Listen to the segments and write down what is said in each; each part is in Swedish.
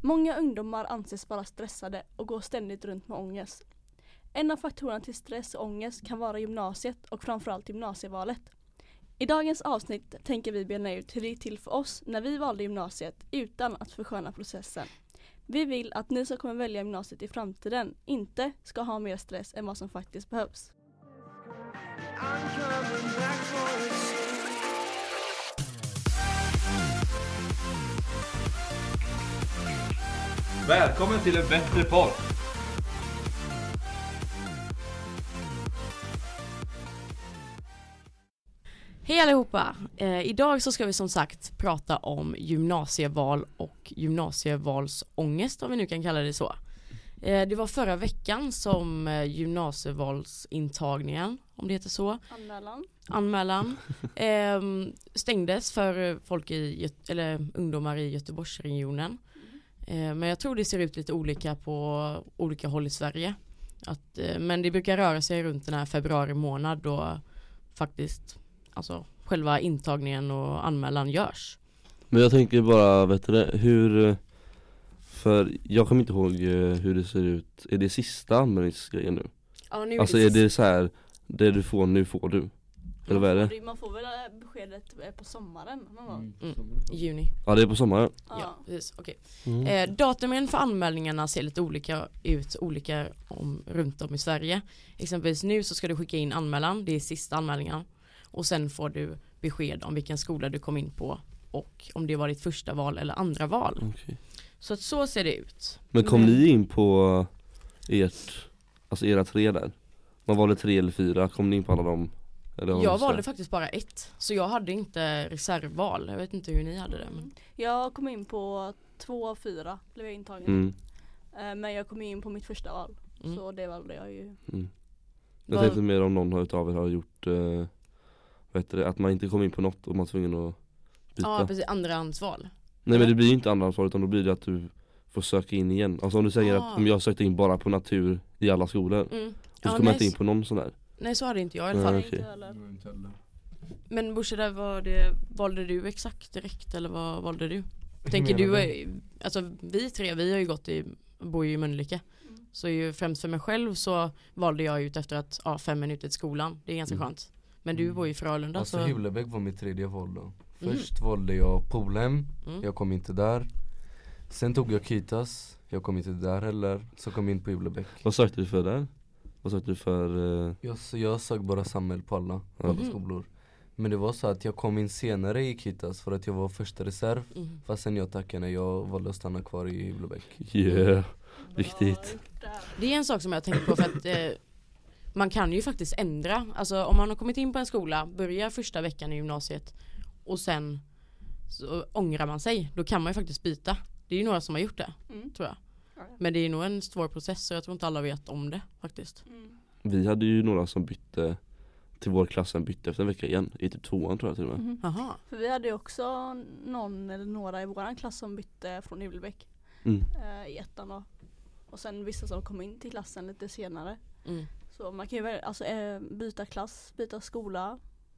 Många ungdomar anses vara stressade och går ständigt runt med ångest. En av faktorerna till stress och ångest kan vara gymnasiet och framförallt gymnasievalet. I dagens avsnitt tänker vi bena ut hur det gick till för oss när vi valde gymnasiet utan att försköna processen. Vi vill att ni som kommer välja gymnasiet i framtiden inte ska ha mer stress än vad som faktiskt behövs. Välkommen till en bättre podd. Hej allihopa! Idag så ska vi som sagt prata om gymnasieval och gymnasievalsångest, om vi nu kan kalla det så. Det var förra veckan som gymnasievalsintagningen, om det heter så, anmälan stängdes för folk eller ungdomar i Göteborgsregionen. Men jag tror det ser ut lite olika på olika håll i Sverige. Men det brukar röra sig runt den här februari månad då faktiskt själva intagningen och anmälan görs. Men jag tänker bara, för jag kommer inte ihåg hur det ser ut. Är det sista anmälningsgrejen nu? Ja, nu är det så här, det du får nu får du? Eller vad är det? Man får väl beskedet på sommaren någon gång. I juni. Ja, det är på sommaren. Ja, precis. Okej. Datumen för anmälningarna ser lite olika ut runt om i Sverige. Exempelvis nu så ska du skicka in anmälan, det är sista anmälningen. Och sen får du besked om vilken skola du kom in på och om det var ditt första val eller andra val. Okay. Så ser det ut. Men kom ni in på era 3 där? Man valde 3 eller 4, kom ni in på alla dem? Eller jag valde faktiskt bara 1, så jag hade inte reservval. Jag vet inte hur ni hade det. Men... Jag kom in på 2 av 4 blev jag intagen. Men jag kom in på mitt första val. Så det valde jag ju. Jag tänkte mer om någon utav er har gjort att man inte kom in på något och man var tvungen att byta. Ja, precis, andrahandsval. Nej, men det blir inte andrahandsval, utan då blir det att du får söka in igen. Alltså om du säger att om jag sökte in bara på natur i alla skolor och så kommer jag inte in på någon sån där. Nej, så hade inte jag i alla fall. Okay. Men Bushida, valde du exakt direkt eller vad valde du? Tänker du, vi 3, vi har ju bor ju i Mölnlycke. Så ju främst för mig själv så valde jag ut efter att 5 minuter till skolan. Det är ganska skönt. Men du bor ju i Frölunda. Alltså Hulebäck var mitt 3:e val då. Först valde jag Polhem. Jag kom inte där. Sen tog jag Kytas. Jag kom inte där heller. Så kom jag in på Hulebäck. Vad sökte du för där? Vad sökte du för? Jag sög bara samhäll på alla skolor. Men det var så att jag kom in senare i Kytas för att jag var första reserv. Fast sen jag tackade när jag valde att stanna kvar i Hulebäck. Yeah, viktigt. Det är en sak som jag tänker på för att man kan ju faktiskt ändra. Alltså om man har kommit in på en skola, börjar första veckan i gymnasiet och sen så ångrar man sig, då kan man ju faktiskt byta. Det är ju några som har gjort det, tror jag. Men det är nog en svår process så jag tror inte alla vet om det faktiskt. Vi hade ju några som bytte till vår klassen, bytte efter en vecka igen i typ 2:an tror jag till och med. Aha. För vi hade ju också någon eller några i våran klass som bytte från Hulebäck i 1:an då. Och sen vissa som kom in till klassen lite senare. Så man kan ju byta klass, byta skola.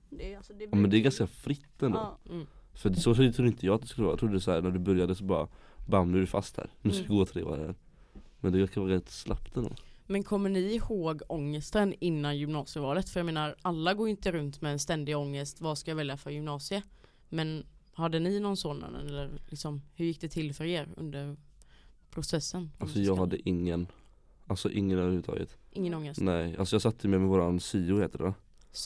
Men det är ganska fritt ändå. För så trodde inte jag att det skulle vara. Jag trodde så här, när du började så bara bam, nu är du fast här. Nu ska du gå 3 år här. Men det kan vara rätt slappt ändå. Men kommer ni ihåg ångesten innan gymnasievalet? För jag menar, alla går inte runt med en ständig ångest. Vad ska jag välja för gymnasie? Men hade ni någon sådan? Eller liksom, hur gick det till för er under processen? Alltså jag hade ingen överhuvudtaget. Ingen ångest? Nej, alltså jag satt med våran SYO heter det.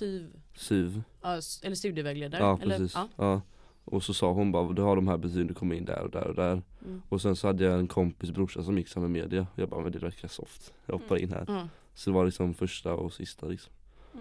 SYV. Ja, eller studievägledare. Ja, precis. Ja. Och så sa hon bara, du har de här betygen, du kommer in där och där och där. Och sen så hade jag en kompis brorsa som gick samma media. Jag bara, men det verkar soft. Jag hoppar in här. Så det var liksom första och sista liksom.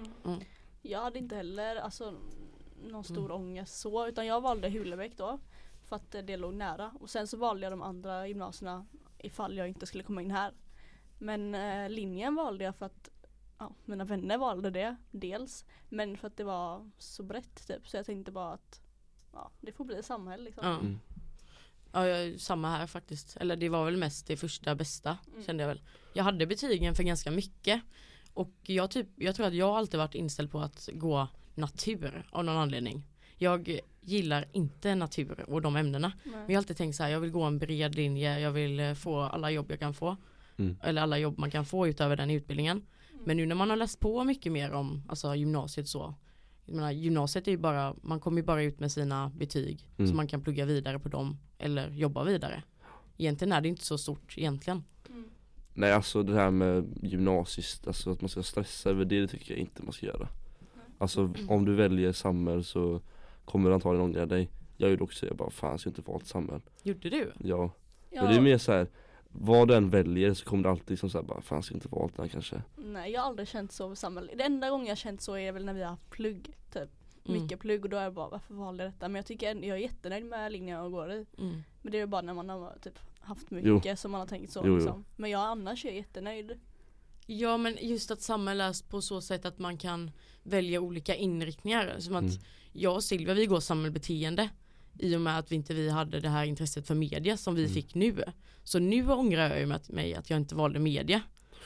Jag hade inte heller någon stor ångest så, utan jag valde Hulebäck då för att det låg nära. Och sen så valde jag de andra gymnasierna ifall jag inte skulle komma in här. Men linjen valde jag för att mina vänner valde det dels, men för att det var så brett typ, så jag tänkte bara att det får bli samhälle liksom. Ja, samma här faktiskt. Eller det var väl mest det första bästa, kände jag väl. Jag hade betygen för ganska mycket. Och jag tror att jag alltid varit inställd på att gå natur av någon anledning. Jag gillar inte natur och de ämnena. Nej. Men jag har alltid tänkt så här, jag vill gå en bred linje, jag vill få alla jobb jag kan få. Eller alla jobb man kan få utöver den utbildningen. Men nu när man har läst på mycket mer om alltså, gymnasiet så. Jag menar, gymnasiet är ju bara, man kommer ju bara ut med sina betyg. Så man kan plugga vidare på dem eller jobba vidare. Egentligen är det inte så stort egentligen. Nej, alltså det här med gymnasiet, alltså att man ska stressa över det tycker jag inte man ska göra. Alltså om du väljer samhäll så kommer du antagligen ångra dig. Jag gjorde också, jag bara fan, jag ska inte valt samhäll. Gjorde du? Ja. Men det är mer så här, vad den väljer så kommer det alltid som så här, bara fan, jag ska inte valt den kanske. Nej, jag har aldrig känt så för samhäll. Det enda gången jag känt så är väl när vi har haft plugg, typ. Mycket plugg, och då är jag bara, varför valde jag detta? Men jag tycker jag är jättenöjd med linjen jag går i. Men det är ju bara när man har typ haft mycket som man har tänkt så. Liksom. Men jag annars är jättenöjd. Ja, men just att samhäll är på så sätt att man kan välja olika inriktningar. Som att jag och Silvia, vi går samhällsbeteende i och med att vi hade det här intresset för media som vi fick nu. Så nu ångrar jag ju mig att jag inte valde media.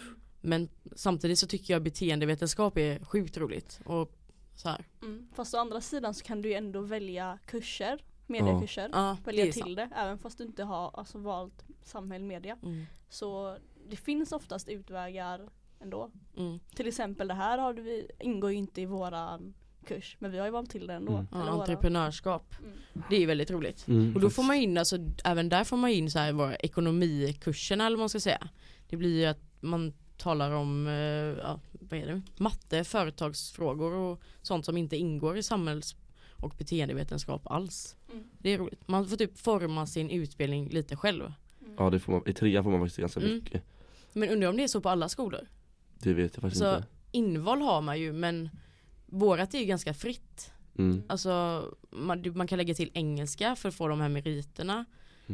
Men samtidigt så tycker jag beteendevetenskap är sjukt roligt. Och så här. Fast å andra sidan så kan du ju ändå välja kurser, mediekurser, välja till sant. Det, även fast du inte har alltså, valt samhällsmedia. Så det finns oftast utvägar ändå. Till exempel det här ingår ju inte i våran kurs, men vi har ju valt till det ändå. Entreprenörskap. Det är ju väldigt roligt. Och då får man in, alltså, även där får man in så här våra ekonomikurserna eller vad man ska säga. Det blir ju att man talar om vad är det? Matte, företagsfrågor och sånt som inte ingår i samhälls- och beteendevetenskap alls. Det är roligt. Man får typ forma sin utbildning lite själv. Ja, det får man, i 3 får man faktiskt ganska mycket. Men undrar om det är så på alla skolor? Det vet jag faktiskt så inte. Inval har man ju, men vårat är ju ganska fritt. Alltså man kan lägga till engelska för att få de här meriterna.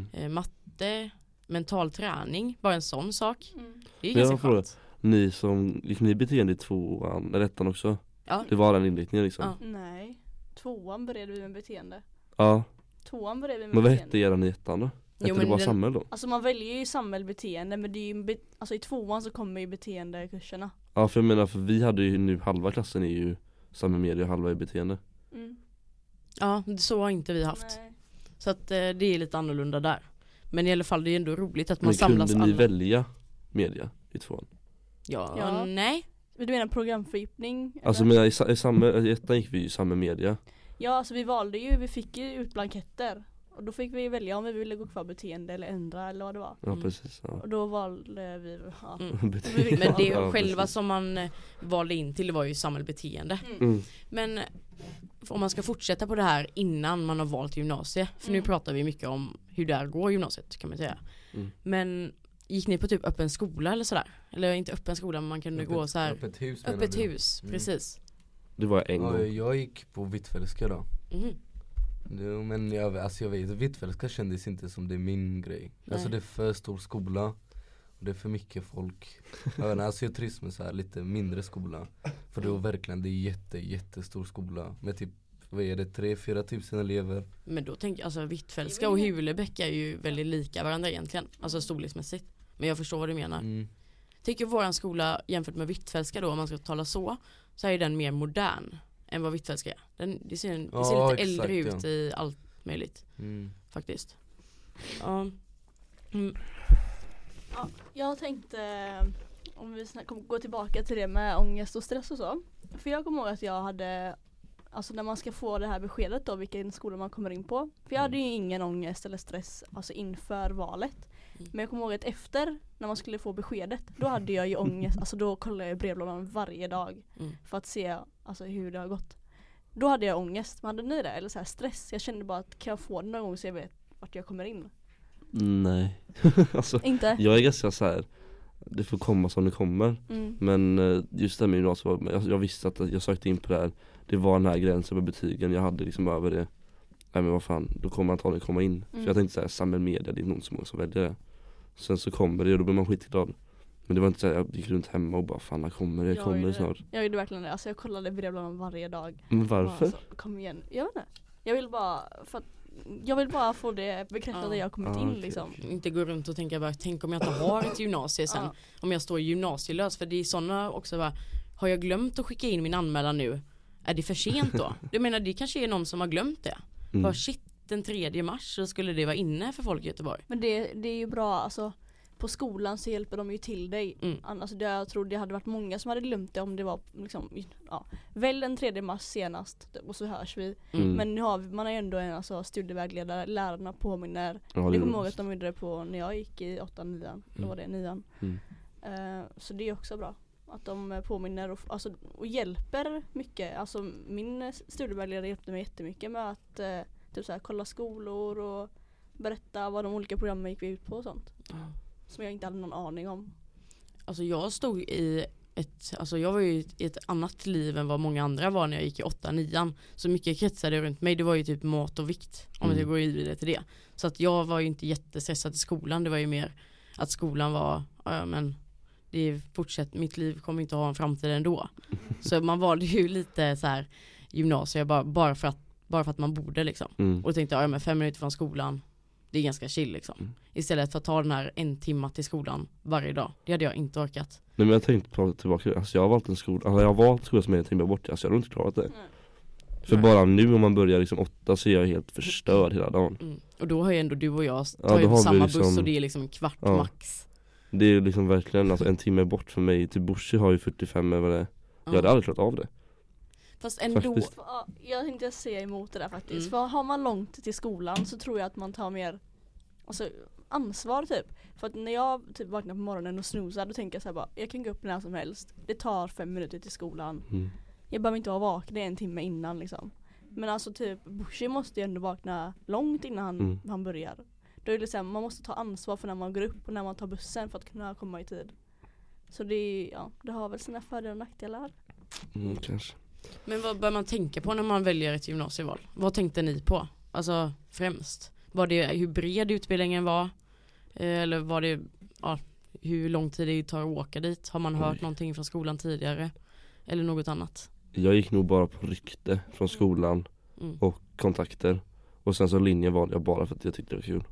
Matte, mental träning, bara en sån sak. Det är ganska skönt. Ni som gick ni beteende i 2an eller 1an också? Ja. Det var den inriktningen liksom? Ja. Nej, 2an började vi med beteende. Ja. 2an började vi med men vad beteende. hette eran i 1an då? Hette det bara samhäll då? Alltså man väljer ju samhällsbeteende, men det är ju alltså i 2an så kommer ju beteendekurserna. Ja, för jag menar, för vi hade ju nu halva klassen är ju samhällsmedia och halva i beteende. Ja, så har inte vi haft. Nej. Så att det är lite annorlunda där. Men i alla fall det är ändå roligt att man samlas alla. Men kunde ni välja media i 2an? Ja, nej. Du menar programfördjupning? Alltså men i 1an gick vi ju samma media. Ja, alltså vi fick ju ut blanketter. Och då fick vi välja om vi ville gå kvar beteende eller ändra eller vad det var. Ja, precis. Ja. Och då valde vi Men det själva som man valde in till var ju samhällsbeteende. Men om man ska fortsätta på det här innan man har valt gymnasiet. För nu pratar vi mycket om hur det är att gå gymnasiet kan man säga. Men gick ni på typ öppen skola eller sådär? Eller inte öppen skola, men man kunde gå så här. Öppet hus, precis. Det var en gång. Ja, jag gick på Hvitfeldtska då. Men jag vet, Hvitfeldtska kändes inte som det är min grej. Nej. Alltså det är för stor skola och det är för mycket folk. Alltså jag trivs med så här lite mindre skola. För det är jättestor skola med typ, vad är det, 3-4 tusen elever. Men då tänker jag, alltså Hvitfeldtska och Hulebäck är ju väldigt lika varandra egentligen. Alltså storleksmässigt. Men jag förstår vad du menar. Tycker våran skola jämfört med Hvitfeldtska då, om man ska tala så är den mer modern än vad Hvitfeldtska är. Det ser lite äldre ut i allt möjligt. Faktiskt. Ja. Ja, jag tänkte om vi gå tillbaka till det med ångest och stress och så. För jag kommer ihåg att jag hade, alltså när man ska få det här beskedet då, vilken skola man kommer in på. För jag hade ju ingen ångest eller stress alltså inför valet. Men jag kommer ihåg att efter, när man skulle få beskedet, då hade jag ju ångest. Alltså då kollade jag brevlådan varje dag för att se alltså, hur det har gått. Då hade jag ångest. Men hade ni det? Eller så här stress? Jag kände bara att kan jag få det någon gång så jag vet vart jag kommer in? Nej. Alltså, inte? Jag är ganska så här. Det får komma som det kommer. Men just det med gymnasiet, jag visste att jag sökte in på det här. Det var den här gränsen med betygen. Jag hade liksom över det. Nej men vad fan, då kommer man antagligen komma in. För jag tänkte såhär, samhällsmedia, det är någon som väljer det. Sen så kommer det och då blir man skitglad. Men det var inte så här, jag gick runt hemma och bara fan, kommer det snart. Jag gjorde verkligen det, alltså jag kollade brevlådan varje dag. Men varför? Alltså, kom igen, jag vet inte. Jag vill bara få det bekräftat att jag har kommit in liksom. Inte gå runt och tänka bara, tänk om jag inte har ett gymnasie sen. Om jag står gymnasielös, för det är sådana också bara, har jag glömt att skicka in min anmälan nu? är det för sent då? Jag menar, det kanske är någon som har glömt det. Bara shit, den 3 mars så skulle det vara inne för folk i Göteborg. Men det är ju bra, alltså på skolan så hjälper de ju till dig. Alltså jag tror det hade varit många som hade glömt det om det var liksom, väl den 3 mars senast och så hörs vi. Men nu man har ju ändå en studievägledare, lärarna påminner. Jag kommer ihåg att de gjorde det på när jag gick i 8-9, då var det 9. Så det är också bra att de påminner och hjälper mycket. Alltså min studievägledare hjälpte mig jättemycket med att typ så här, kolla skolor och berätta vad de olika programmen gick ut på och sånt. Som jag inte hade någon aning om. Alltså jag stod i jag var ju i ett annat liv än vad många andra var när jag gick i 8-9. Så mycket kretsade runt mig. Det var ju typ mat och vikt, om jag går vidare till det. Så att jag var ju inte jättestressad i skolan. Det var ju mer att skolan var, men mitt liv kommer inte att ha en framtid ändå. Så man valde ju lite så här gymnasiet bara för att man borde liksom. Och tänkte, men 5 minuter från skolan, det är ganska chill liksom. Istället för att ta den här 1 timme till skolan varje dag. Det hade jag inte orkat. Nej, men jag tänkte på tillbaka. Alltså jag har valt en skola. Alltså jag har valt skola som är 1 timme bort. Alltså jag har inte klarat det. För bara nu om man börjar liksom 8 så är jag helt förstörd hela dagen. Och då har ju ändå du och jag tagit samma buss och det är liksom en kvart max. Det är liksom verkligen 1 timme bort för mig. Till Borsi har ju 45 eller vad det är. Jag hade aldrig klarat av det. Fast ändå, jag tänkte säga emot det där faktiskt. För har man långt till skolan så tror jag att man tar mer ansvar typ. För att när jag typ vaknar på morgonen och snoozar, då tänker jag så här bara, jag kan gå upp när som helst. Det tar 5 minuter till skolan. Jag behöver inte vara vaken 1 timme innan liksom. Men alltså typ Borsi måste ju ändå vakna långt innan han börjar. Då är det så här, man måste ta ansvar för när man går upp och när man tar bussen för att kunna komma i tid. Så det har väl sina fördelar och nackdelar. Kanske. Men vad bör man tänka på när man väljer ett gymnasieval? Vad tänkte ni på? Alltså främst. Var det hur bred utbildningen var? Eller var det hur lång tid det tar att åka dit? Har man hört någonting från skolan tidigare? Eller något annat? Jag gick nog bara på rykte från skolan och kontakter. Och sen så linjen valde jag bara för att jag tyckte det var kul.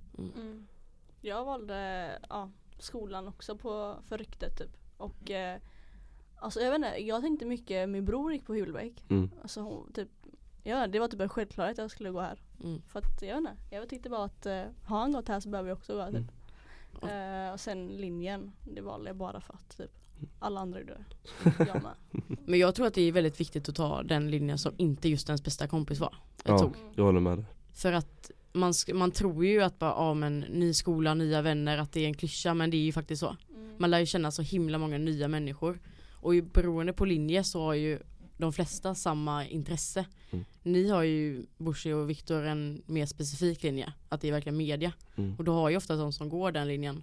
Jag valde skolan också för ryktet typ. Och alltså jag vet inte, jag tänkte mycket, min bror gick på Hulebäck. Alltså typ, det var typ en självklarhet att jag skulle gå här. För att jag tyckte bara att har han gått här så behöver jag också gå här typ. Och sen linjen, det valde jag bara för att typ alla andra gjorde det. Jag med. Men jag tror att det är väldigt viktigt att ta den linjen som inte just ens bästa kompis var. Jag håller med det. För att man tror ju att bara, men ny skola, nya vänner, att det är en klyscha, men det är ju faktiskt så. Man lär ju känna så himla många nya människor. Och beroende på linje så har ju de flesta samma intresse. Ni har ju, Borsi och Viktor, en mer specifik linje. Att det är verkligen media. Och då har ju ofta de som går den linjen,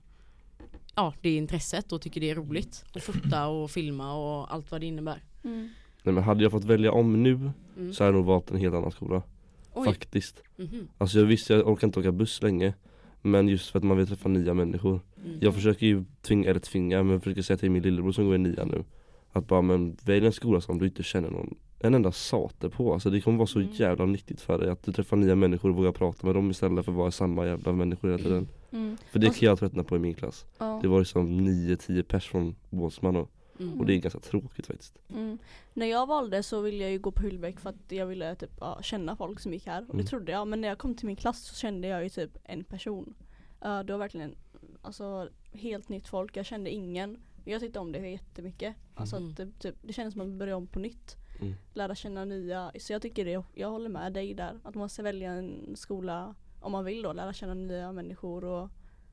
det är intresset och tycker det är roligt. Att fota och filma och allt vad det innebär. Nej, men hade jag fått välja om nu så hade jag nog valt en helt annan skola. Faktiskt. Alltså jag orkar inte åka buss länge. Men just för att man vill träffa nya människor. Jag försöker ju tvinga, men försöker säga till min lillebror som går i 9 nu. Att bara, men välj en skola som du inte känner en enda sate på. Alltså det kommer vara så jävla nyttigt för dig att du träffar nya människor och vågar prata med dem istället för att vara samma jävla människor hela tiden. För det kan jag tröttna på i min klass. Det var liksom 9-10 pers från Båtsman och det är ganska tråkigt faktiskt. När jag valde så ville jag ju gå på Hulebäck för att jag ville typ känna folk som gick här. Och det trodde jag, men när jag kom till min klass så kände jag ju typ en person. Det var verkligen helt nytt folk, jag kände ingen. Jag tyckte om det jättemycket. Alltså det kändes som att man börjar om på nytt. Lära känna nya. Så jag tycker jag håller med dig där. Att man ska välja en skola om man vill då. Lära känna nya människor och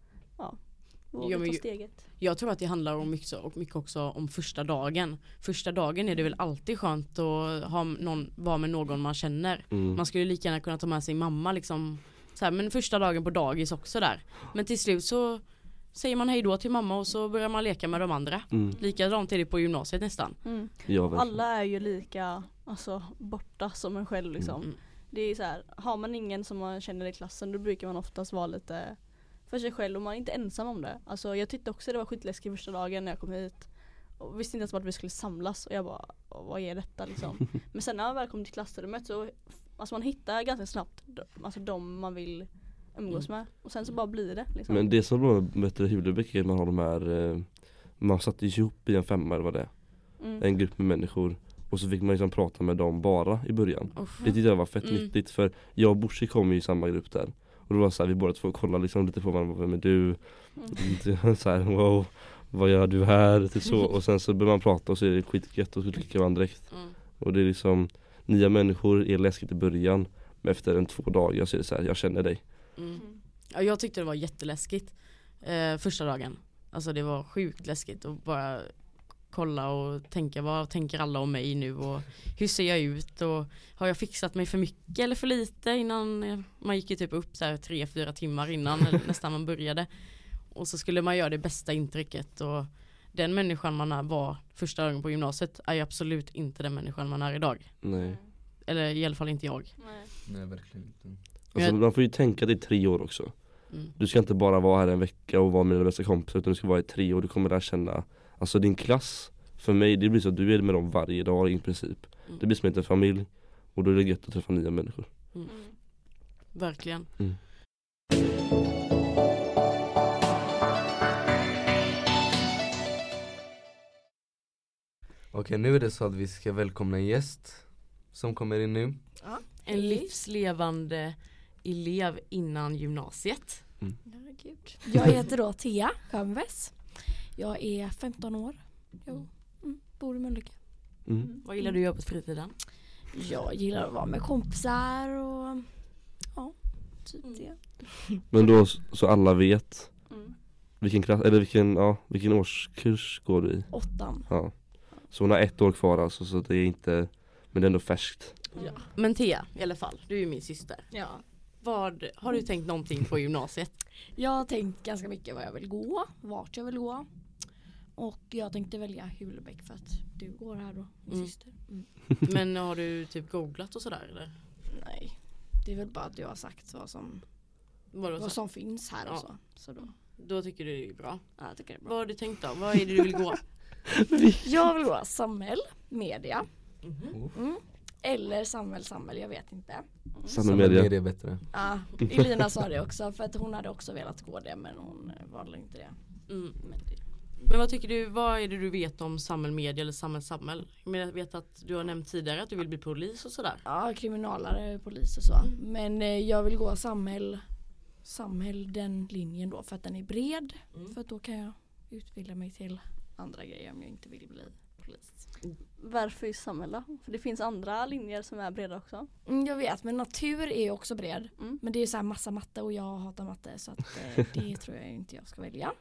ta steget. Jag tror att det handlar om mycket också om första dagen. Första dagen är det väl alltid skönt att vara med någon man känner. Man skulle lika gärna kunna ta med sin mamma liksom. Så här, men första dagen på dagis också där. Men till slut så säger man hej då till mamma och så börjar man leka med de andra. Likadant är det på gymnasiet nästan. Alla är ju lika borta som en själv liksom. Det är så här, har man ingen som man känner i klassen, då brukar man oftast vara lite för sig själv och man är inte ensam om det. Alltså jag tyckte också det var skitläskigt första dagen när jag kom hit. Och visste inte ens att vi skulle samlas och jag bara, vad är detta liksom? Men sen när man väl kom till klassrummet så man hittar ganska snabbt de man vill umgås med. Och sen så bara blir det liksom. Men det som var med Hulebäck är att man har de här man satt ihop i en 5 eller vad det är. En grupp med människor Och så fick man liksom prata med dem bara i början. Det tyckte jag var fett nyttigt, för jag och Borsi kom ju i samma grupp där. Och det var så här, vi båda två kollade liksom lite på varandra, vem är du? Så här, wow, vad gör du här? Typ så. Och sen så börjar man prata och så är det skitgött och så klickar man direkt. Och det är liksom, nya människor är läskigt i början, men efter 2 dagar så är det så här, jag känner dig. Ja, jag tyckte det var jätteläskigt första dagen. Alltså det var sjukt läskigt att bara kolla och tänka, vad tänker alla om mig nu och hur ser jag ut och har jag fixat mig för mycket eller för lite innan. Man gick ju typ upp så här 3-4 timmar innan nästan man började, och så skulle man göra det bästa intrycket, och den människan man var första dagen på gymnasiet är ju absolut inte den människan man är idag. Nej. Eller i alla fall inte jag. Nej, verkligen inte. Alltså, man får ju tänka att det är 3 år också. Du ska inte bara vara här en vecka och vara med dina bästa kompisar, utan du ska vara i 3 år. Du kommer där känna, alltså din klass, för mig, det blir så att du är med dem varje dag i princip. Det blir som en familj, och då är det gött att träffa nya människor. Verkligen. Okej, nu är det så att vi ska välkomna en gäst som kommer in nu. Ja. En livslevande elev innan gymnasiet. Jag heter då Thea Sjömves. Jag är 15 år. Jag bor i Mölnlycke. Vad gillar du att göra på fritiden? Jag gillar att vara med kompisar och typ det. Men då, så alla vet vilken klass, eller vilken årskurs går du i? 8. Ja. Så hon har 1 år kvar alltså, så det är inte, men det är ändå färskt. Ja. Men Thea, i alla fall, du är ju min syster. Ja. Har du tänkt någonting på gymnasiet? Jag har tänkt ganska mycket vad jag vill gå, vart jag vill gå. Och jag tänkte välja Hulebäck för att du går här då, min syster. Men har du typ googlat och sådär eller? Nej, det är väl bara att du har sagt vad som finns här och så då tycker du det är bra. Ja, jag tycker det är bra. Vad har du tänkt då? Vad är det du vill gå? Jag vill gå samhäll, media. Eller samhäll, jag vet inte. Samhällsmedia är bättre. Ja, Elina sa det också, för att hon hade också velat gå det, men hon valde inte det. Men vad tycker du, vad är det du vet om samhällsmedia eller samhäll? Jag vet att du har nämnt tidigare att du vill bli polis och sådär. Ja, kriminalare, polis och så. Men jag vill gå samhäll den linjen då, för att den är bred. För att då kan jag utbilda mig till andra grejer om jag inte vill bli polis. Varför i samhälle? För det finns andra linjer som är breda också. Jag vet, men natur är ju också bred. Men det är så här massa matte och jag hatar matte, så att det tror jag inte jag ska välja.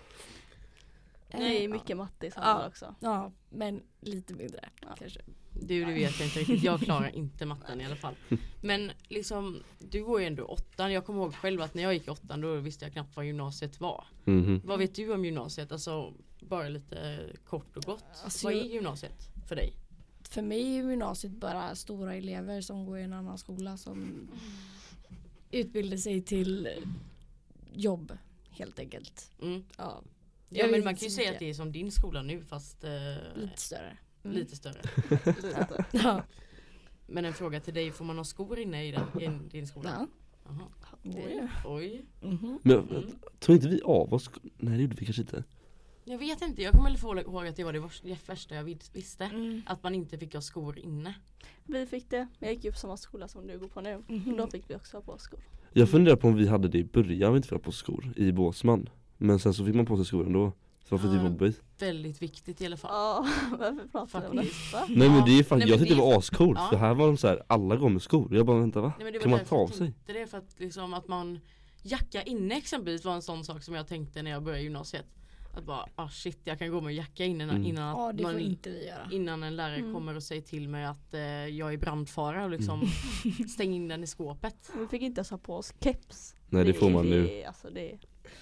Det är mycket matte i samhälle också. Ja, men lite mindre kanske. Du vet jag inte riktigt. Jag klarar inte matten i alla fall. Men liksom, du går ju ändå 8. Jag kommer ihåg själv att när jag gick 8 då visste jag knappt vad gymnasiet var. Vad vet du om gymnasiet? Alltså, bara lite kort och gott. Alltså, vad är gymnasiet för dig? För mig är gymnasiet bara stora elever som går i en annan skola som utbildar sig till jobb, helt enkelt. Ja. Ja, men man kan ju säga att det är som din skola nu, fast lite större. Lite större. Ja. Men en fråga till dig, får man ha skor inne i din skola? Ja. Oj. Men tror inte vi av oss? Nej, det gjorde vi kanske inte. Jag vet inte, jag kommer ihåg att det var det första jag visste. Att man inte fick ha skor inne. Vi fick det, jag gick ju på samma skola som du går på nu. Då fick vi också ha på skor. Jag funderar på om vi hade det i början, vi inte fick ha på skor i Båsman. Men sen så fick man på sig skor ändå. Så varför det var jobbigt. Väldigt viktigt i alla fall. Ja, varför pratar vi om det? Nej, men det är faktiskt, jag tyckte det var ascoolt. För här var de så här, alla går med skor. Jag bara, vänta, va? Nej, kan man ta av sig? Det är för att liksom att man jacka inne exempelvis var en sån sak som jag tänkte när jag började gymnasiet. Att bara, shit, jag kan gå med jacka innan att det får inte vi göra. Innan en lärare kommer och säger till mig att jag är brandfara och liksom stäng in den i skåpet. Vi fick inte ens ha på oss keps. Nej, det får man nu. Alltså det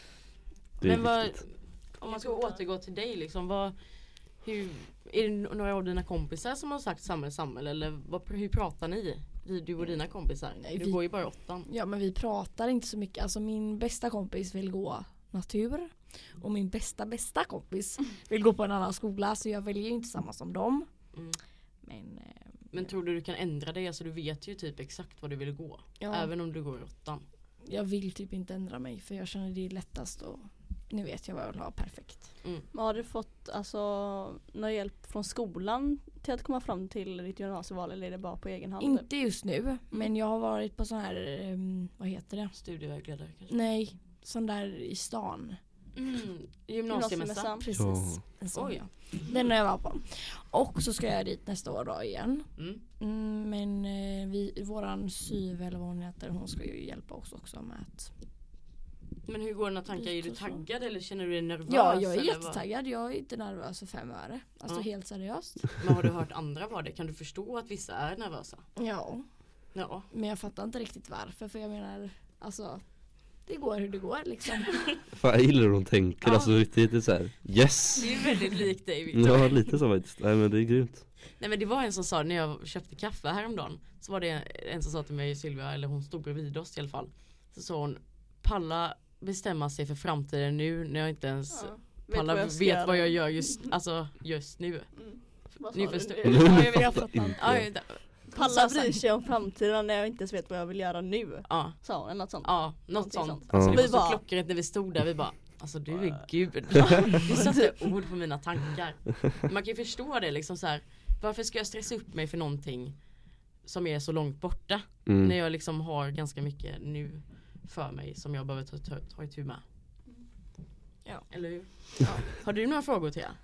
men om man ska återgå till dig liksom, är det några av dina kompisar som har sagt samhälle eller hur pratar ni? Du och dina kompisar? Nej, du går ju bara 8. Ja, men vi pratar inte så mycket. Alltså min bästa kompis vill gå natur och min bästa kompis vill gå på en annan skola, så jag väljer ju inte samma som dem. Men tror du kan ändra dig? Alltså du vet ju typ exakt vad du vill gå. Även om du går i 8. Jag vill typ inte ändra mig, för jag känner det är lättast att nu vet jag vad jag vill ha, perfekt. Har du fått någon hjälp från skolan till att komma fram till ditt gymnasieval, eller är det bara på egen hand? Inte just nu, men jag har varit på sån här, vad heter det? Studievägledare kanske? Nej, sån där i stan. Gymnasiemässan. Precis. En sån, ja. Den har jag var på. Och så ska jag dit nästa år då igen. Men våran syv eller vad hon heter, hon ska ju hjälpa oss också med att... Men hur går dina tankar? Är du taggad eller känner du dig nervös? Ja, jag är jättetaggad. Jag är inte nervös för 5 öre. Alltså helt seriöst. Men har du hört andra vara det? Kan du förstå att vissa är nervösa? Ja. Men jag fattar inte riktigt varför. För jag menar, alltså... Det går hur det går liksom. Fan, jag gillar hur hon tänker. Alltså det är så här, yes! Det är väldigt likt dig, Victor. Ja, lite så faktiskt. Nej, men det är grymt. Nej, men det var en som sa, när jag köpte kaffe häromdagen, så var det en som sa till mig, Sylvia, eller hon stod bredvid oss i alla fall. Så sa hon, palla bestämma sig för framtiden nu när jag inte ens vet vad jag gör just nu. Ni förstår. Jag fattar inte. Palla bryr sig om framtiden när jag inte ens vet vad jag vill göra nu. Så, eller något sånt. Ja, något sånt. Alltså, vi var så klockrent när vi stod där, vi bara, alltså du är gud. Du satte ord på mina tankar. Man kan ju förstå det liksom så här, varför ska jag stressa upp mig för någonting som är så långt borta när jag liksom har ganska mycket nu för mig som jag behöver ta itu med. Ja, eller hur? Ja. Har du några frågor till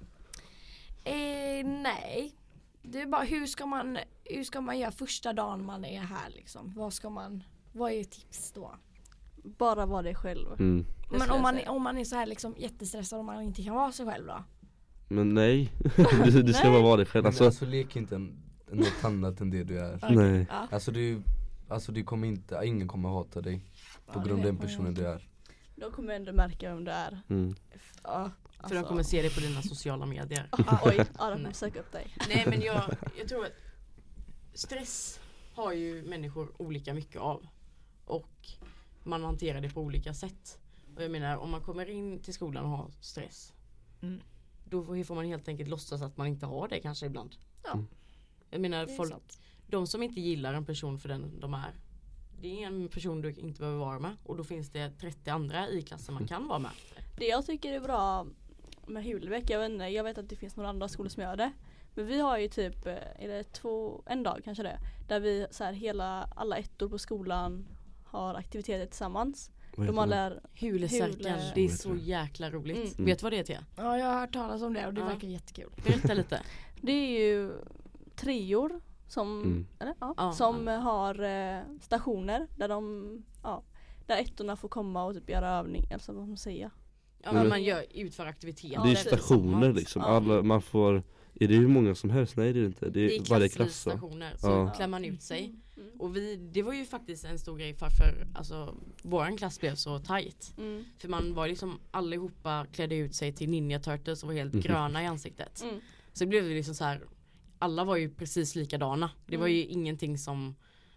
nej. Det är bara hur ska man göra första dagen man är här liksom? Vad är tips då? Bara vara dig själv. Men om man är så här liksom jättestressad och man inte kan vara sig själv då? Men nej. du ska bara vara dig själv. Alltså lek inte något annat än det du är. Okay. Nej. Alltså du kommer inte, ingen kommer hata dig på grund av den personen du är. Då kommer jag ändå märka vem du är. För de kommer se det på dina sociala medier. Oj, de kommer söka upp dig. Nej, men jag tror att stress har ju människor olika mycket av. Och man hanterar det på olika sätt. Och jag menar, om man kommer in till skolan och har stress, då får man helt enkelt låtsas att man inte har det kanske ibland. Jag menar, de som inte gillar en person för den de är, det är en person du inte behöver vara med. Och då finns det 30 andra i klassen man kan vara med. Det jag tycker är bra med Hulebäck, jag vet att det finns några andra skolor som gör det. Men vi har ju typ, är det en dag kanske det, där vi så här alla ettor på skolan har aktiviteter tillsammans. De lär Hulesärkan, det är så jäkla roligt. Vet du vad det är till? Ja, jag har hört talas om det och det verkar jättekul. Berätta lite. Det är ju treor som har stationer där där ettorna får komma och typ göra övning, alltså vad man säger. Ja, men man utför aktiviteter. Det är stationer liksom. Man får, är det hur många som helst? Nej, det är inte. Det är varje klass. Stationer, så klär man ut sig. Och det var ju faktiskt en stor grej för våran klass blev så tight. För man var liksom allihopa klädde ut sig till Ninja Turtles och var helt gröna i ansiktet. Så det blev det liksom så här, alla var ju precis likadana. Det var ju ingenting som,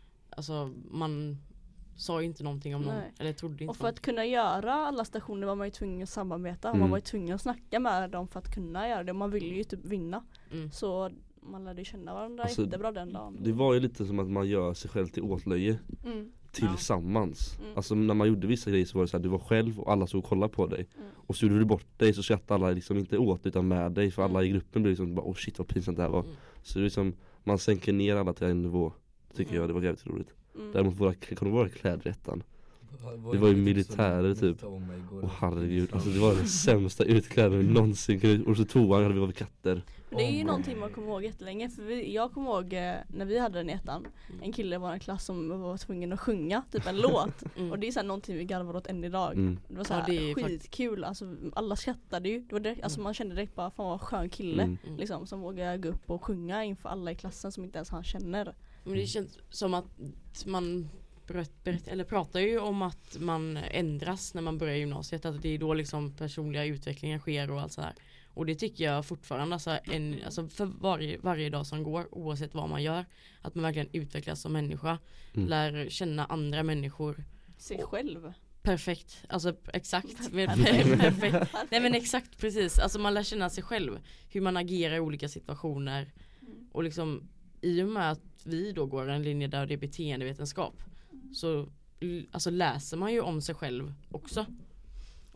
man sa ju inte någonting om någon, eller trodde inte. Och för att kunna göra alla stationer var man ju tvungen att samarbeta. Man var ju tvungen att snacka med dem för att kunna göra det. Och man ville ju typ vinna. Så man lärde ju känna varandra jättebra den dagen. Det var ju lite som att man gör sig själv till åtlöje tillsammans. Alltså när man gjorde vissa grejer så var det så här, du var själv och alla såg och kollade på dig. Och så gjorde du bort dig så skrattade alla liksom inte åt utan med dig. För alla i gruppen blev liksom bara, oh shit vad pinsamt det här var. Så det är liksom, man sänker ner alla till en nivå. Tycker jag, det var jävligt roligt. Däremot våra klädrättan. Det var ju militärer typ. Herregud, alltså det var den sämsta utklädningen någonsin. Och så toan hade vi varit katter. Det är ju någonting man kommer ihåg jättelänge. För jag kommer ihåg när vi hade den i ettan, en kille i vår klass som var tvungen att sjunga typ en låt. Och det är så här någonting vi garvar åt än idag. Det var så här, det skitkul. Alltså, alla skrattade ju. Det var direkt, alltså, man kände direkt bara, fan vad skön kille liksom, som vågar gå upp och sjunga inför alla i klassen som inte ens han känner. Men det känns som att man pratar ju om att man ändras när man börjar gymnasiet, att det är då liksom personliga utvecklingar sker och allt så här. Och det tycker jag fortfarande för varje dag som går, oavsett vad man gör, att man verkligen utvecklas som människa, lär känna andra människor, sig själv. Perfekt, alltså exakt. Perfekt. Nej men exakt, precis. Alltså man lär känna sig själv, hur man agerar i olika situationer. Och liksom i och med att vi då går en linje där det är beteendevetenskap, så läser man ju om sig själv också.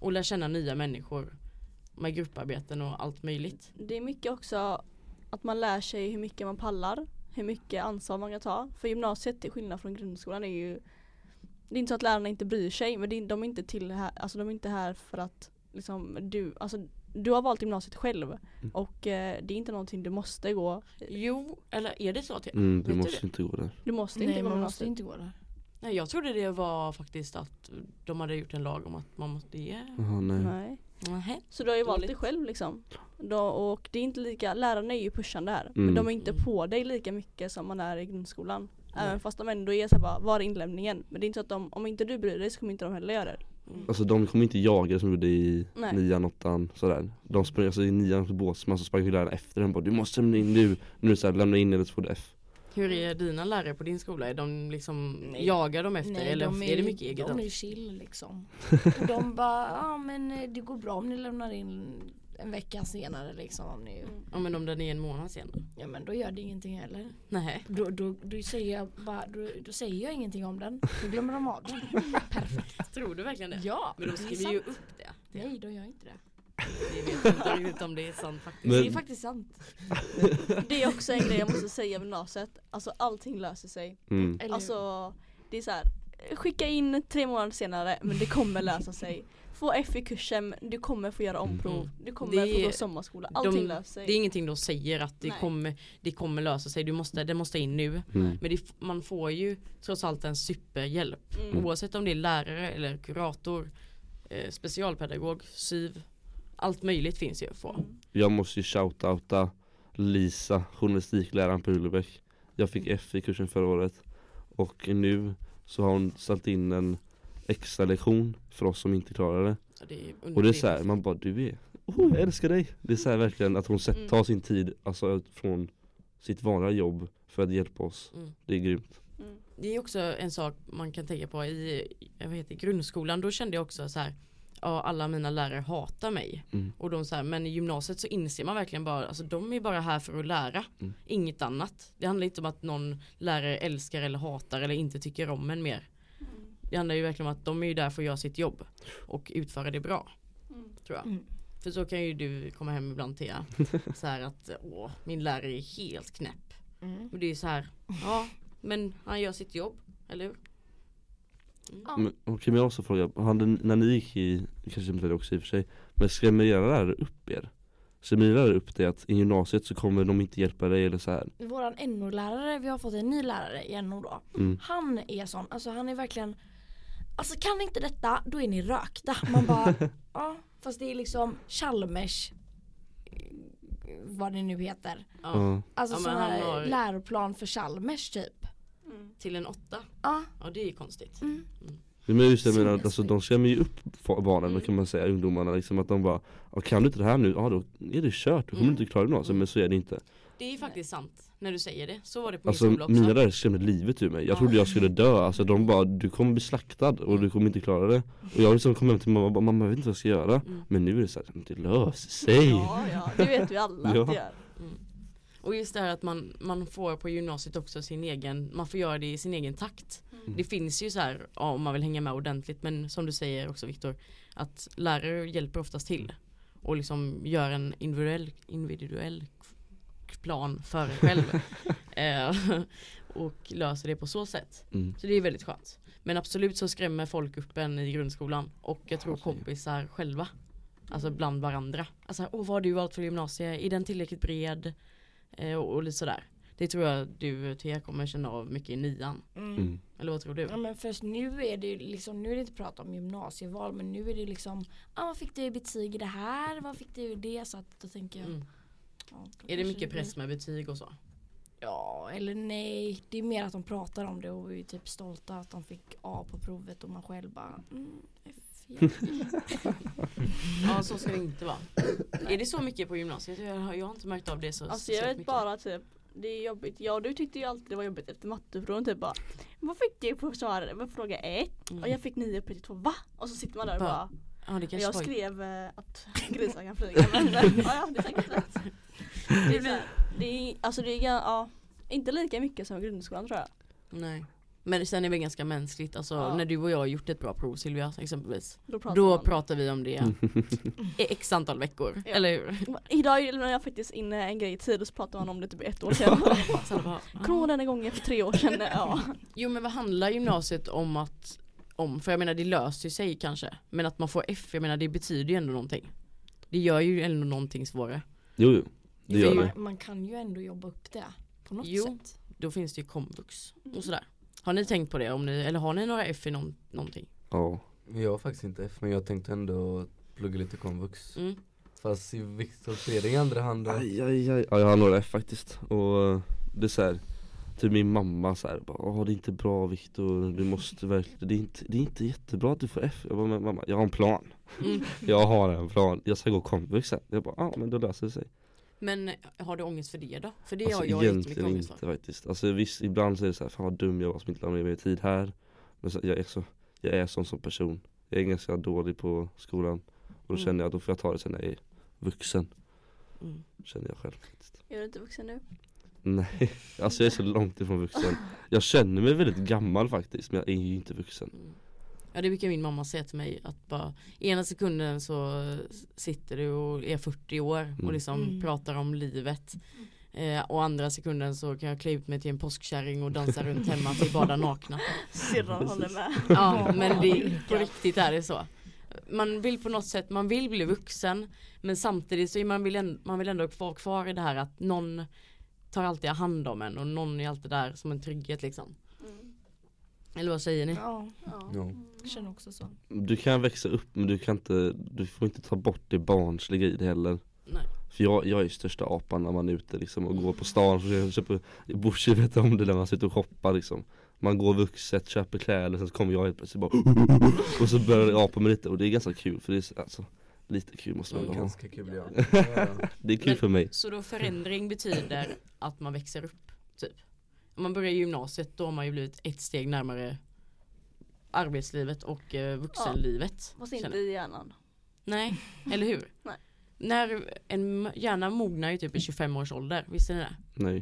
och lär känna nya människor med grupparbeten och allt möjligt. Det är mycket också att man lär sig hur mycket man pallar, hur mycket ansvar man kan ta. För gymnasiet, till skillnad från grundskolan, är ju, det är inte så att lärarna inte bryr sig, men de är inte till här, alltså de är inte här för att liksom, du har valt gymnasiet själv och det är inte någonting du måste gå. Jo, eller är det så att du måste inte gå där. Du måste Nej, inte gå man gymnasiet. måste inte gå där. Nej, jag trodde det var faktiskt att de hade gjort en lag om att man måste ge. Jaha, nej. Nej. Nähä. Så du har ju valt Dåligt. det själv liksom. Och det är inte lika, lärarna är ju pushande här. Men de är inte på dig lika mycket som man är i grundskolan. Även fast de ändå är så här bara, var är inlämningen? Men det är inte så att om inte du bryr dig så kommer inte de heller göra det. Alltså de kommer inte jaga som gjorde i 9an, 8an, sådär. De sprang alltså i 9an på båtsman, så sprang lärarna efter dem bara, du måste lämna in nu. Nu så här, lämna in eller så får du F. Hur är dina lärare på din skola? Är de liksom, jagar de efter? Nej, eller är det mycket eget? De är chill liksom. De bara, ja men det går bra om ni lämnar in en vecka senare liksom. Om ni... Ja, men om den är en månad senare? Ja, men då gör det ingenting heller. Nej. Då säger jag bara, då säger jag ingenting om den. Då glömmer de av den. Perfekt. Tror du verkligen det? Ja. Men de skriver ju upp det. Nej, då gör jag inte det. Det vet jag inte riktigt om det är sant faktiskt. Det är faktiskt sant. Det är också en grej jag måste säga med gymnasiet. Alltså allting löser sig. Eller... Alltså det är så här, skicka in 3 månader senare, men det kommer lösa sig. Få F i kursen, du kommer få göra omprov. Du kommer få gå sommarskola. Allting löser sig. Det är ingenting de säger att det kommer lösa sig. Det måste in nu. Men man får ju trots allt en superhjälp. Oavsett om det är lärare eller kurator, specialpedagog, syv. Allt möjligt finns ju att få. Jag måste ju shoutouta Lisa, journalistikläraren på Ullerbäck. Jag fick F i kursen förra året. Och nu så har hon ställt in en extra lektion för oss som inte klarar det. Och det är så här, man bara, jag älskar dig. Det är så här verkligen att hon tar sin tid alltså, från sitt vanliga jobb för att hjälpa oss. Det är grymt. Det är också en sak man kan tänka på i grundskolan. Då kände jag också så här, ja, alla mina lärare hatar mig. Och de så här, men i gymnasiet så inser man verkligen bara, alltså de är bara här för att lära. Inget annat. Det handlar inte om att någon lärare älskar eller hatar eller inte tycker om en mer. Det handlar ju verkligen om att de är ju där för att göra sitt jobb och utföra det bra. Tror jag. För så kan ju du komma hem ibland till så här att min lärare är helt knäpp. Och det är så här, ja, men han gör sitt jobb, eller hur? Okej, men jag också fråga, när ni gick i, kanske inte det också i och för sig, men skrämmer era lärare upp er? Skrämmer era lärare upp det att i gymnasiet så kommer de inte hjälpa dig eller så här? Våran NO-lärare, vi har fått en ny lärare i NO då. Han är sån, alltså han är verkligen, alltså kan inte detta, då är ni rökta. Man bara, ja, fast det är liksom Chalmers, vad det nu heter. Alltså sån här läroplan för Chalmers typ. Till en 8? Ja, det är konstigt. Men just det, menar, alltså, de skrämmer ju upp barnen, kan man säga, ungdomarna liksom, att de bara, kan du inte det här nu? Ja, då är det kört, du kommer inte klara det men så är det inte. Det är faktiskt sant när du säger det. Så var det på alltså, min skola också. Mina där skrämde livet ur mig. Jag trodde jag skulle dö. Alltså de bara, du kommer bli slaktad och du kommer inte klara det. Och jag liksom kom hem till mamma och bara, mamma, jag vet inte vad jag ska göra. Men nu är det så här, det löser sig. Ja, det vet vi alla att det gör. Och just det här att man får på gymnasiet också man får göra det i sin egen takt. Det finns ju så här, om man vill hänga med ordentligt, men som du säger också, Viktor, att lärare hjälper oftast till och liksom gör en individuell plan för dig själv och löser det på så sätt. Så det är väldigt skönt. Men absolut så skrämmer folk upp en i grundskolan, och jag tror kompisar själva, alltså bland varandra. Alltså, vad har du valt för gymnasiet? Är den tillräckligt bred? Och lite sådär. Det tror jag du, Thea, kommer känna av mycket i 9an. Eller vad tror du? Ja, men först nu är det liksom, nu är det inte prata om gymnasieval, men nu är det liksom, vad fick du i betyg i det här? Vad fick du i det? Så att då tänker jag. Är det mycket press med betyg och så? Ja, eller nej. Det är mer att de pratar om det och är typ stolta att de fick A på provet och man själv bara ja, så ska det inte vara. Är det så mycket på gymnasiet? Jag har inte märkt av det så. Alltså jag vet mycket. Bara typ, det är jobbigt. Ja, du tyckte ju alltid det var jobbigt efter mattefrågan typ bara, vad fick du på fråga 1? Och jag fick 9 på 2. Va? Och så sitter man där och bara, jag skrev att grisar kan flyga, men det är säkert rätt. Det är inte lika mycket som grundskolan, tror jag. Nej. Men sen är det ganska mänskligt. Alltså när du och jag har gjort ett bra prov, Sylvia, exempelvis. Då pratar vi om det i x antal veckor. Ja. Eller hur? Idag lämnade jag faktiskt in en grej i tid och så pratade man om det typ 1 år sedan. Kommer denna gången för 3 år sedan. Ja. Jo, men vad handlar gymnasiet om för jag menar det löser sig kanske. Men att man får F, jag menar det betyder ju ändå någonting. Det gör ju ändå någonting svårare. Jo, det gör det. Man kan ju ändå jobba upp det på något sätt. Då finns det ju komvux och sådär. Har ni tänkt på det? Eller har ni några F i någonting? Ja. Jag har faktiskt inte F, men jag tänkte ändå plugga lite komvux. Fast i viktsortering i andra hand. Ja, jag har några F faktiskt. Och det är så här, typ min mamma så här, det är inte bra Viktor, du måste verkligen, det är inte jättebra att du får F. Jag bara, men mamma, jag har en plan. Jag har en plan, jag ska gå komvux sen. Jag bara, men då löser det sig. Men har du ångest för det då? För det alltså, har jag egentligen inte faktiskt. Alltså visst, ibland så är det så här, fan vad dum jag var som inte la mer tid här. Men så, jag är sån som person. Jag är ganska dålig på skolan. Och då känner jag att då får jag ta det sen när jag är vuxen. Känner jag själv faktiskt. Är du inte vuxen nu? Nej, alltså jag är så långt ifrån vuxen. Jag känner mig väldigt gammal faktiskt, men jag är ju inte vuxen. Ja, det brukar min mamma säga till mig, att bara ena sekunden så sitter du och är 40 år och liksom pratar om livet. Och andra sekunden så kan jag klä ut mig till en påskkärring och dansa runt hemma till bada nakna. Syrran håller med. Ja, men på riktigt är det så. Man vill på något sätt, man vill bli vuxen, men samtidigt så man vill ändå vara kvar i det här att någon tar alltid hand om en och någon är alltid där som en trygghet liksom. Eller vad säger ni? Ja. Jag känner också så. Du kan växa upp, men du får inte ta bort det barnsliga i det heller. Nej. För jag är ju största apan när man är ute liksom, och går på stan och köper Borsig, vet om det där man sitter och shoppar liksom. Man går vuxet, köper kläder, sen så kommer jag helt plötsligt bara och så börjar jag apa med lite, och det är ganska kul för det är alltså lite kul måste man ha. Ganska kul, ja. Det är kul för mig. Så då förändring betyder att man växer upp typ. Om man börjar i gymnasiet, då har man ju blivit ett steg närmare arbetslivet och vuxenlivet. Fast inte i hjärnan. Nej, eller hur? Nej. När en hjärna mognar ju typ i 25 års ålder, visste ni det? Nej.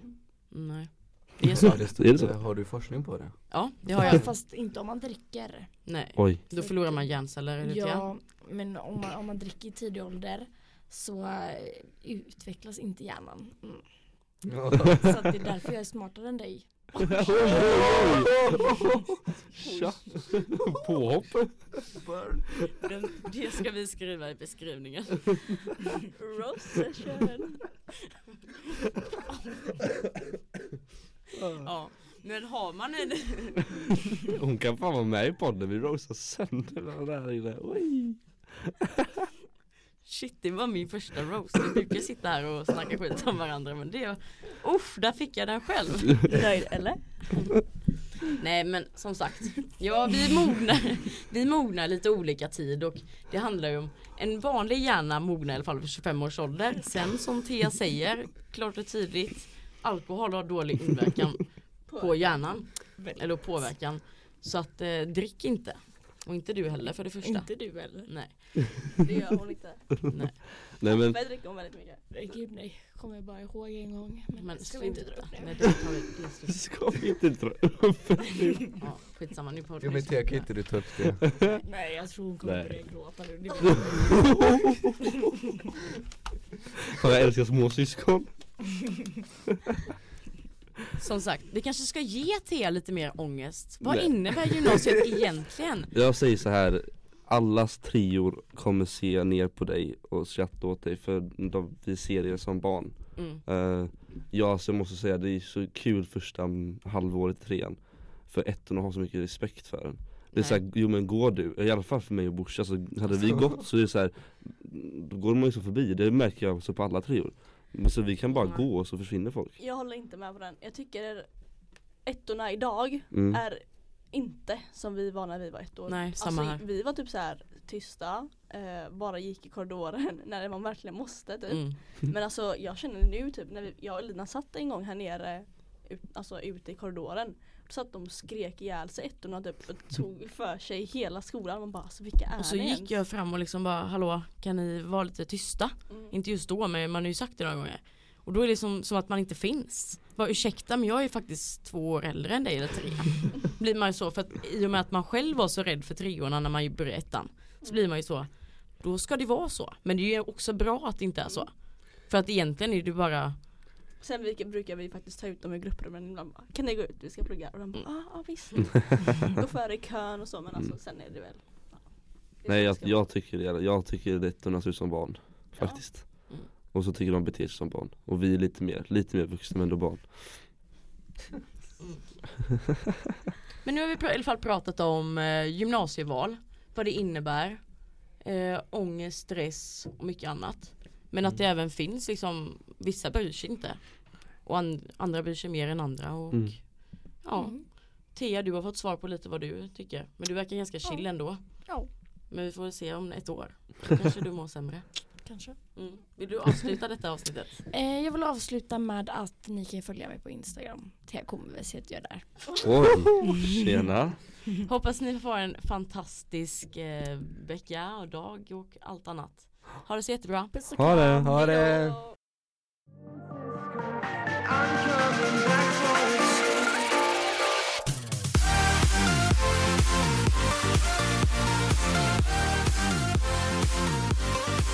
Det är så. Det är så. Har du forskning på det? Ja, det har jag. Fast inte om man dricker. Nej. Oj. Då förlorar man hjärnceller lite grann. Ja, men om man dricker i tidig ålder så utvecklas inte hjärnan. Så att det är därför jag är smartare än dig. Påhopp. Det ska vi skriva i beskrivningen. Roast session. Ja, men har man en... Hon kan fan vara med i podden. Vi roastar sönder den där inne. Oj. Shit, det var min första roast. Vi brukar sitta här och snacka skit om varandra, men det var... där fick jag den själv. Nöjd, eller? Nej, men som sagt, ja, vi mognar lite olika tid, och det handlar ju om en vanlig hjärna mognar i alla fall för 25 års ålder. Sen som Thea säger, klart och tydligt, alkohol har dålig inverkan på hjärnan, eller påverkan, så att drick inte. Och inte du heller för det första. Inte du heller. Nej. Det gör hon inte. Nej. Nej, men Jag dricker hon väldigt mycket. Gud nej, kommer jag bara ihåg en gång. Men ska vi inte dra upp Nej, det? det ska vi inte dra upp. Ja, skitsamma nu på. Jo, men Thea, kan inte du ta upp det? Nej, jag tror hon kommer börja gråta nu. Jag älskar små syskon. Som sagt, vi kanske ska ge Thea lite mer ångest. Vad innebär gymnasiet egentligen? Jag säger så här, allas trior kommer se ner på dig och skratta åt dig, för vi ser er som barn. Så jag måste säga, det är så kul första halvåret i trean, för ettorna har så mycket respekt för en. Det är så här, jo men går du, i alla fall för mig och Borsa, så hade vi gått så det är så här, då går man ju så förbi, det märker jag så på alla trior. Men så vi kan bara gå och så försvinner folk. Jag håller inte med på den. Jag tycker ettorna idag är inte som vi var när vi var 1 år. Nej, samma här. Vi var typ så här tysta, bara gick i korridoren när man verkligen måste typ. Men alltså jag känner nu typ när jag och Lina satt en gång här nere ute i korridoren, så att de skrek ihjäl sig ettorna typ, och tog för sig hela skolan. Man bara, alltså vilka är och så ni gick ens? jag fram och liksom bara, hallå, kan ni vara lite tysta? Inte just då, men man har ju sagt det några gånger. Och då är det som att man inte finns. Bara ursäkta, men jag är faktiskt 2 år äldre än dig eller 3. Blir man ju så, för att i och med att man själv var så rädd för 3:orna när man började 1:an, så blir man ju så, då ska det vara så. Men det är ju också bra att det inte är så. För att egentligen är det bara... Sen brukar vi faktiskt ta ut dem i grupper, men ibland bara, kan ni gå ut, vi ska plugga? Och de bara, visst. Gå före i kön och så, men alltså sen är det väl... Nej, jag tycker det ser ut som barn, faktiskt. Och så tycker de beter sig som barn. Och vi är lite mer vuxna, men ändå barn. Men nu har vi i alla fall pratat om gymnasieval, vad det innebär, ångest, stress och mycket annat. Men att det även finns liksom, vissa bryr sig inte. Och andra bryr sig mer än andra. Och Thea, du har fått svar på lite vad du tycker. Men du verkar ganska chill ändå. Ja. Men vi får se om 1 år. Kanske du mår sämre. Kanske. Vill du avsluta detta avsnittet? Jag vill avsluta med att ni kan följa mig på Instagram. Thea Komves heter jag där. Oj, tjena. Hoppas ni får en fantastisk vecka och dag och allt annat. Ha det så jättebra. Ha det. We'll be right back.